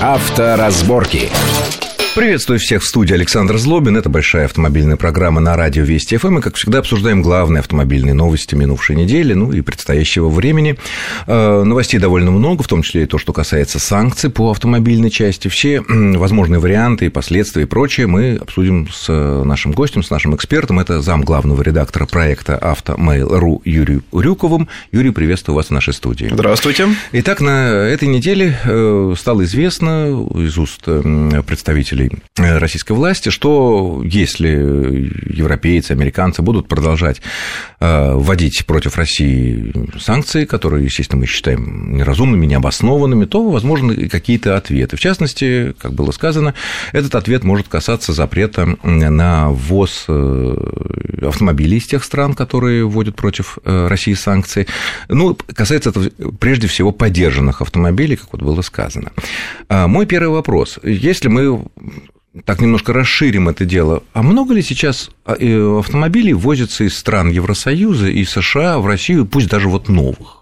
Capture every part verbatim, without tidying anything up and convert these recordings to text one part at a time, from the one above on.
Авторазборки. Приветствую всех в студии, Александр Злобин. Это большая автомобильная программа на радио Вести эф эм. И, как всегда, обсуждаем главные автомобильные новости минувшей недели, ну и предстоящего времени. Новостей довольно много, в том числе и то, что касается санкций по автомобильной части. Все возможные варианты и последствия и прочее мы обсудим с нашим гостем, с нашим экспертом. Это зам главного редактора проекта «Автомейл точка ру» Юрием Урюковым. Юрий, приветствую вас в нашей студии. Здравствуйте. Итак, на этой неделе стало известно из уст представителей российской власти, что если европейцы, американцы будут продолжать вводить против России санкции, которые, естественно, мы считаем неразумными, необоснованными, то возможны какие-то ответы. В частности, как было сказано, этот ответ может касаться запрета на ввоз автомобилей из тех стран, которые вводят против России санкции. Ну, касается это прежде всего подержанных автомобилей, как вот было сказано. Мой первый вопрос. Если мы так немножко расширим это дело, а много ли сейчас автомобилей возится из стран Евросоюза и США в Россию, пусть даже вот новых?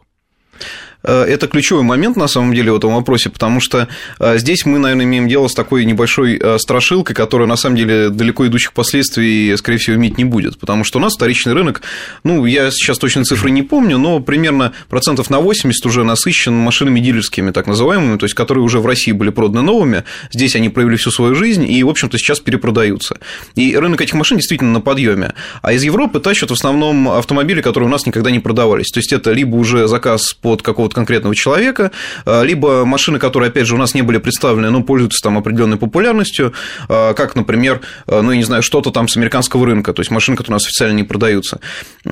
Это ключевой момент, на самом деле, в этом вопросе, потому что здесь мы, наверное, имеем дело с такой небольшой страшилкой, которая, на самом деле, далеко идущих последствий, скорее всего, иметь не будет, потому что у нас вторичный рынок, ну, я сейчас точно цифры не помню, но примерно процентов на восемьдесят уже насыщен машинами дилерскими, так называемыми, то есть, которые уже в России были проданы новыми, здесь они провели всю свою жизнь и, в общем-то, сейчас перепродаются. И рынок этих машин действительно на подъеме. А из Европы тащат в основном автомобили, которые у нас никогда не продавались. То есть, это либо уже заказ под какого-то конкретного человека, либо машины, которые, опять же, у нас не были представлены, но пользуются там определенной популярностью, как, например, ну, я не знаю, что-то там с американского рынка, то есть машины, которые у нас официально не продаются.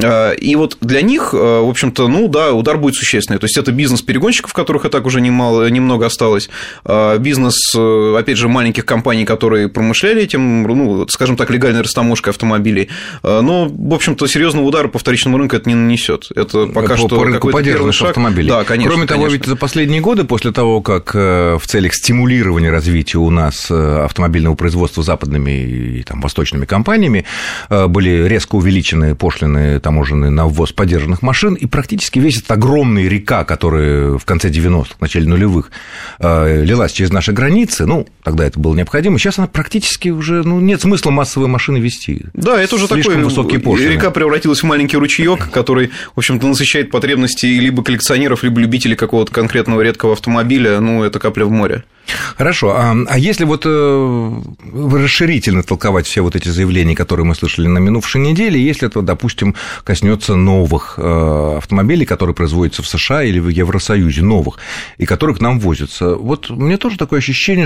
И вот для них, в общем-то, ну да, удар будет существенный. То есть, это бизнес перегонщиков, которых и так уже немало, немного осталось, бизнес, опять же, маленьких компаний, которые промышляли этим, ну, скажем так, легальной растаможкой автомобилей. Но, в общем-то, серьезного удара по вторичному рынку это не нанесет. Это пока по, что по какой-то первый шаг. Автомобилей. Да, конечно. Кроме того, конечно. ведь за последние годы, после того, как в целях стимулирования развития у нас автомобильного производства западными и там, восточными компаниями были резко увеличены пошлины таможенные на ввоз подержанных машин, и практически весь этот огромный река, которая в конце девяностых, в начале нулевых лилась через наши границы, ну, тогда это было необходимо, сейчас она практически уже, ну, нет смысла массовые машины вести. Да, это уже слишком такой, высокие пошлины. Река превратилась в маленький ручеёк, который, в общем-то, насыщает потребности либо коллекционеров, либо любителей какого-то конкретного редкого автомобиля, ну, это капля в море. Хорошо, а, а если вот э, расширительно толковать все вот эти заявления, которые мы слышали на минувшей неделе, если это, допустим, коснется новых э, автомобилей, которые производятся в США или в Евросоюзе, новых, и которые к нам возятся, вот мне тоже такое ощущение,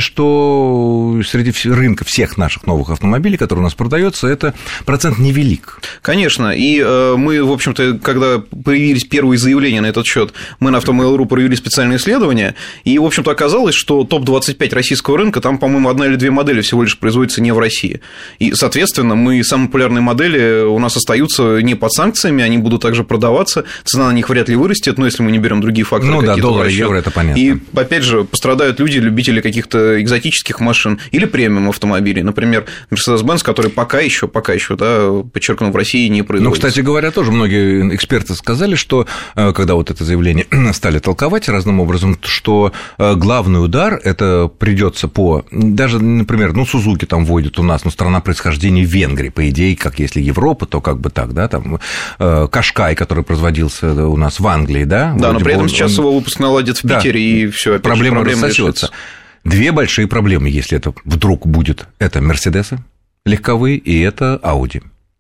что среди рынка всех наших новых автомобилей, которые у нас продаются, это процент невелик. Конечно, и э, мы, в общем-то, когда появились первые заявления на этот счет, мы на Автомейл точка ру провели специальное исследование, и, в общем-то, оказалось, что топ двадцать пять российского рынка, там, по-моему, одна или две модели всего лишь производятся не в России. И, соответственно, мы, самые популярные модели у нас остаются не под санкциями, они будут также продаваться, цена на них вряд ли вырастет, но если мы не берем другие факторы. Ну да, доллар, евро, это понятно. И, опять же, пострадают люди, любители каких-то экзотических машин или премиум автомобилей, например, Mercedes-Benz, который пока еще, пока еще, да, подчеркну, в России не производится. Ну, кстати говоря, тоже многие эксперты сказали, что, когда вот это заявление стали толковать разным образом, что главный удар – это придется по, даже, например, ну, Сузуки там вводит у нас, ну, страна происхождения Венгрии, по идее, как если Европа, то как бы так, да, там, Кашкай, который производился у нас в Англии, да. Да, но при этом он, сейчас он... его выпуск наладят в Питере, да, и все, опять проблема, же, проблема рассосется. Две большие проблемы, если это вдруг будет, это Мерседесы легковые и это Ауди.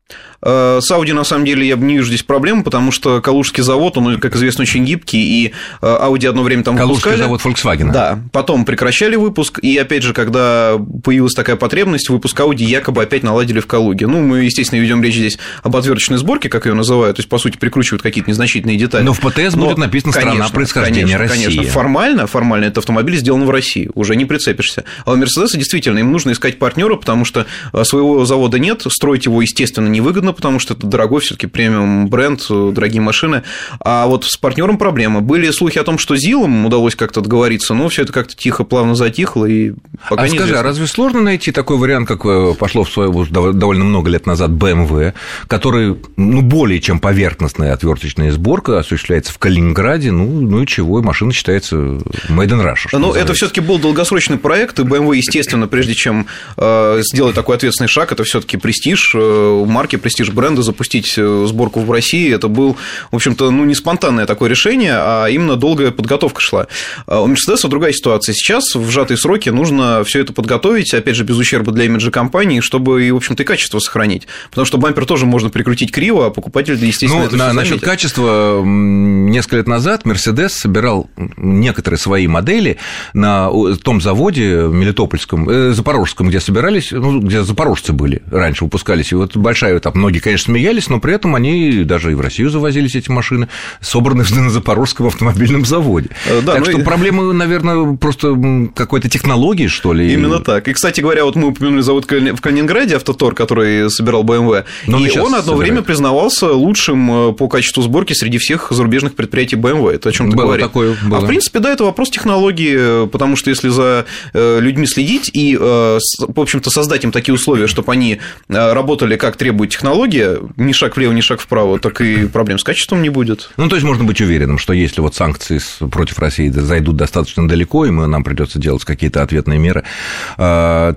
С Audi, на самом деле, я не вижу здесь проблем, потому что Калужский завод, он, как известно, очень гибкий, и Audi одно время там выпускали. Калужский завод Volkswagen. Да, потом прекращали выпуск, и, опять же, когда появилась такая потребность, выпуск Audi якобы опять наладили в Калуге. Ну, мы, естественно, ведем речь здесь об отверточной сборке, как ее называют, то есть, по сути, прикручивают какие-то незначительные детали. Но в ПТС Но, будет написано «Страна конечно, происхождения конечно, России». Конечно, формально, формально этот автомобиль сделан в России, уже не прицепишься. А у Мерседеса действительно им нужно искать партнера, потому что своего завода нет, строить его, естественно, невыгодно, потому что это дорогой все-таки премиум бренд, дорогие машины. А вот с партнером проблема. Были слухи о том, что ЗИЛом удалось как-то договориться, но все это как-то тихо, плавно затихло. И пока а скажи, а разве сложно найти такой вариант, как пошло в свое довольно много лет назад бэ эм вэ, который, ну, более чем поверхностная отверточная сборка осуществляется в Калининграде, ну, ну и чего, и машина считается made in Russia. Ну, это все-таки был долгосрочный проект, и бэ эм вэ, естественно, прежде чем сделать такой ответственный шаг, это все-таки престиж марки, престиж бренда, запустить сборку в России, это был, в общем-то, ну, не спонтанное такое решение, а именно долгая подготовка шла. У Мерседеса другая ситуация. Сейчас в сжатые сроки нужно все это подготовить, опять же, без ущерба для имиджа компании, чтобы, в общем-то, и качество сохранить. Потому что бампер тоже можно прикрутить криво, а покупатель, естественно, ну, это на, насчет качества, несколько лет назад Мерседес собирал некоторые свои модели на том заводе мелитопольском, э, запорожском, где собирались, ну, где запорожцы были, раньше выпускались. И вот большая, там многие, конечно, смеялись, но при этом они даже и в Россию завозились, эти машины, собранные на запорожском автомобильном заводе. Да, так что и... проблемы, наверное, просто какой-то технологии, что ли. Именно так. И, кстати говоря, вот мы упомянули завод в Калининграде, Автотор, который собирал бэ эм вэ, но и он одно собирает. время признавался лучшим по качеству сборки среди всех зарубежных предприятий бэ эм вэ. Это о чем ты говоришь. Такое, было. А в принципе, да, это вопрос технологии, потому что если за людьми следить и, в общем-то, создать им такие условия, чтобы они работали, как требует технология, ни шаг влево, ни шаг вправо, так и проблем с качеством не будет. Ну, то есть можно быть уверенным, что если вот санкции против России зайдут достаточно далеко, и мы, нам придется делать какие-то ответные меры, то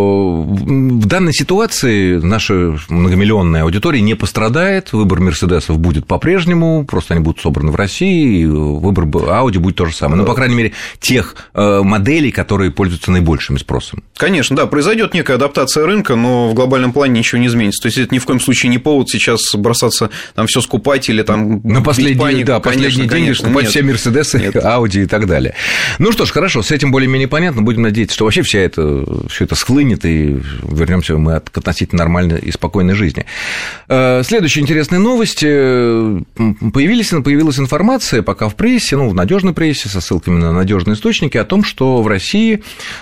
в данной ситуации наша многомиллионная аудитория не пострадает, выбор Мерседесов будет по-прежнему, просто они будут собраны в России, и выбор Audi будет то же самое. Ну, по крайней мере, тех моделей, которые пользуются наибольшим спросом. Конечно, да, произойдет некая адаптация рынка, но в глобальном плане ничего не изменится. То есть это ни в коем случае не повод сейчас бросаться там все скупать или там на последние, панику, да, последние деньги скупать все Мерседесы, Ауди и так далее. Ну что ж, хорошо, с этим более-менее понятно. Будем надеяться, что вообще вся это, все это схлынет, и вернемся мы к относительно нормальной и спокойной жизни. Следующая интересная новость. Появились, появилась информация пока в прессе, ну, в надежной прессе, со ссылками на надежные источники, о том, что в России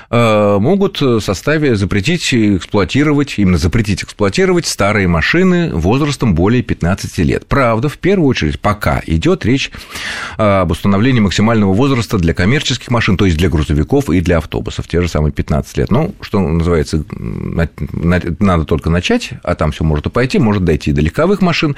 могут в составе запретить эксплуатировать, именно запретить эксплуатировать старые машины возрастом более пятнадцати лет. Правда, в первую очередь, пока идет речь об установлении максимального возраста для коммерческих машин, то есть для грузовиков и для автобусов, те же самые пятнадцать лет. Ну, что называется, надо только начать, а там все может и пойти, может дойти до легковых машин.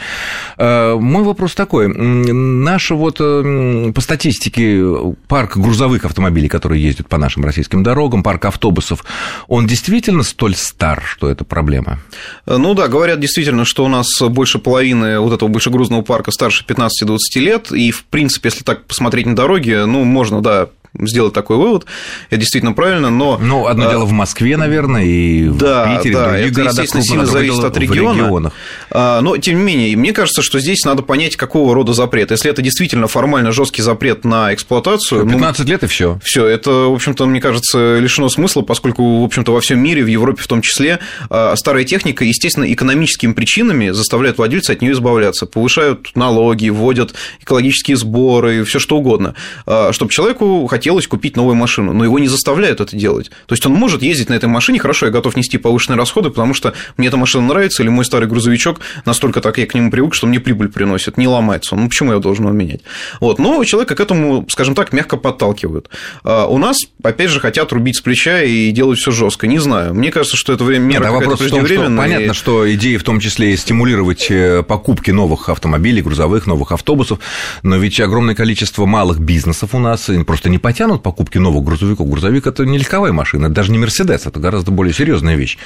Мой вопрос такой. Наш вот по статистике парк грузовых автомобилей, которые ездят по нашим российским дорогам, парк автобусов, он действительно столь стар, что это проблема? Ну да, говорят действительно, что у нас больше половины вот этого большегрузного парка старше пятнадцати-двадцати лет, и, в принципе, если так посмотреть на дороги, ну, можно, да, сделать такой вывод, это действительно правильно, но... Ну, одно а... дело в Москве, наверное, и да, в Питере, да, в других это, городах естественно, сильно зависит от региона, но, тем не менее, мне кажется, что здесь надо понять, какого рода запрет. Если это действительно формально жесткий запрет на эксплуатацию... пятнадцать ну, лет и все. Все, это, в общем-то, мне кажется, лишено смысла, поскольку, в общем-то, во всем мире, в Европе в том числе, старая техника, естественно, экономическими причинами заставляет владельца от нее избавляться, повышают налоги, вводят экологические сборы, все что угодно, чтобы человеку хотелось купить новую машину. машину, но его не заставляют это делать. То есть он может ездить на этой машине, хорошо, я готов нести повышенные расходы, потому что мне эта машина нравится, или мой старый грузовичок настолько так я к нему привык, что мне прибыль приносит, не ломается он. Ну, почему я должен его менять? Вот. Но человека к этому, скажем так, мягко подталкивают. А у нас, опять же, хотят рубить с плеча и делать все жестко. Не знаю. Мне кажется, что это время мера какая-то преждевременная. Понятно, и... что идея в том числе и стимулировать покупки новых автомобилей, грузовых, новых автобусов, но ведь огромное количество малых бизнесов у нас просто не потянут покупки новых грузовиков. Грузовик – это не легковая машина, это даже не Мерседес, это гораздо более серьезная вещь.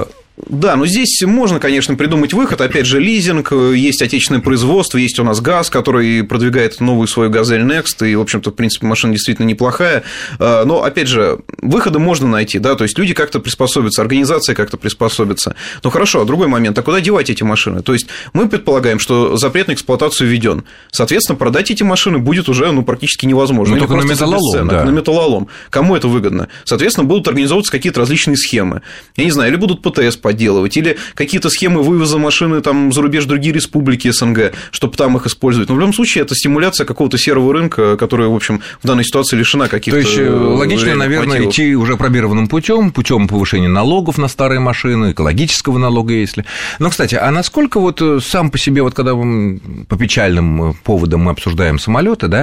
Да, но здесь можно, конечно, придумать выход. Опять же, лизинг, есть отечественное производство, есть у нас ГАЗ, который продвигает новую свою «Газель Next», и, в общем-то, в принципе, машина действительно неплохая. Но, опять же, выходы можно найти, да, то есть люди как-то приспособятся, организация как-то приспособится. Ну, хорошо, а другой момент, а куда девать эти машины? То есть мы предполагаем, что запрет на эксплуатацию введен. Соответственно, продать эти машины будет уже, ну, практически невозможно. Ну, только на металлолом, да. На металлолом. Кому это выгодно? Соответственно, будут организовываться какие-то различные схемы. Я не знаю, или будут ПТС подделывать, или какие-то схемы вывоза машины там, за рубеж другие республики СНГ, чтобы там их использовать. Но в любом случае это стимуляция какого-то серого рынка, которая, в общем, в данной ситуации лишена каких-то... То есть логично, наверное, мотивов. Идти уже пробированным путем, путем повышения налогов на старые машины, экологического налога, если. Но, кстати, а насколько вот сам по себе, вот когда по печальным поводам мы обсуждаем самолеты, да,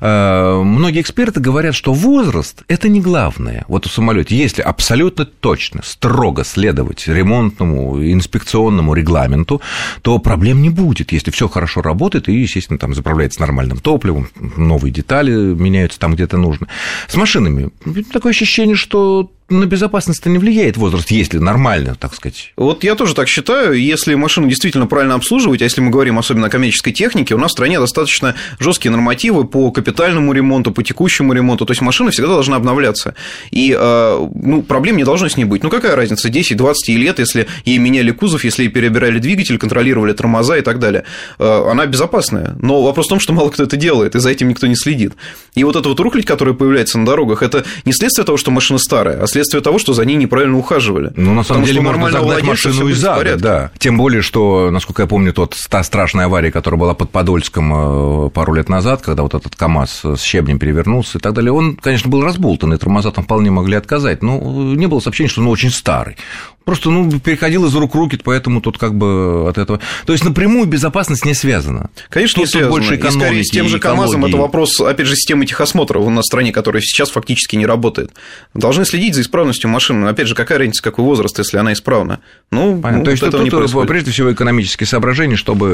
многие эксперты говорят, что возраст – это не главное. Вот у самолета, если абсолютно точно, строго следовать ремонтному, инспекционному регламенту, то проблем не будет, если все хорошо работает и, естественно, там заправляется нормальным топливом, новые детали меняются там, где-то нужно. С машинами такое ощущение, что на безопасность не влияет возраст, если нормально, так сказать. Вот я тоже так считаю. Если машину действительно правильно обслуживать, а если мы говорим особенно о коммерческой технике, у нас в стране достаточно жесткие нормативы по капитальному ремонту, по текущему ремонту. То есть машина всегда должна обновляться. И ну, проблем не должно с ней быть. Ну какая разница, десять-двадцать лет, если ей меняли кузов, если ей перебирали двигатель, контролировали тормоза и так далее. Она безопасная. Но вопрос в том, что мало кто это делает, и за этим никто не следит. И вот эта вот рухлядь, которая появляется на дорогах, это не следствие того, что машина старая, а следствие того, что за ней неправильно ухаживали. Ну, на самом деле, можно загнать машину из ада, да. Тем более, что, насколько я помню, тот, та страшная авария, которая была под Подольском пару лет назад, когда вот этот КАМАЗ с щебнем перевернулся и так далее, он, конечно, был разболтан, и тормоза там вполне могли отказать, но не было сообщения, что он очень старый. Просто, ну, переходил из рук в руки, поэтому тут как бы от этого... То есть, напрямую безопасность не связана. Конечно, не связана. Больше экономики, и скорее с тем же КАМАЗом это вопрос, опять же, системы техосмотра у нас в стране, которая сейчас фактически не работает. Должны следить за исправностью машины. Опять же, какая разница, какой возраст, если она исправна? Ну, ну то есть, вот тут, тут прежде всего экономические соображения,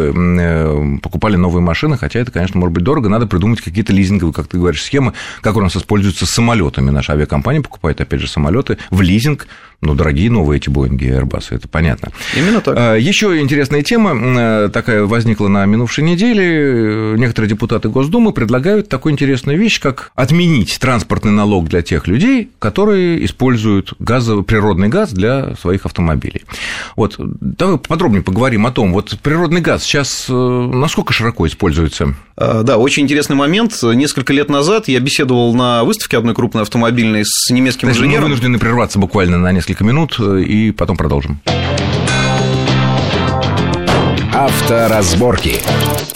чтобы покупали новые машины, хотя это, конечно, может быть дорого, надо придумать какие-то лизинговые, как ты говоришь, схемы, как у нас используются с самолетами. Наша авиакомпания покупает, опять же, самолеты в лизинг. Ну, дорогие новые эти Боинги и Airbus, это понятно. Именно так. Еще интересная тема такая возникла на минувшей неделе. Некоторые депутаты Госдумы предлагают такую интересную вещь, как отменить транспортный налог для тех людей, которые используют газовый, природный газ для своих автомобилей. Вот, давай подробнее поговорим о том, вот природный газ сейчас насколько широко используется? Да, очень интересный момент. Несколько лет назад я беседовал на выставке одной крупной автомобильной с немецким Значит, инженером. Мы вынуждены прерваться буквально на несколько минут и потом продолжим. Авторазборки.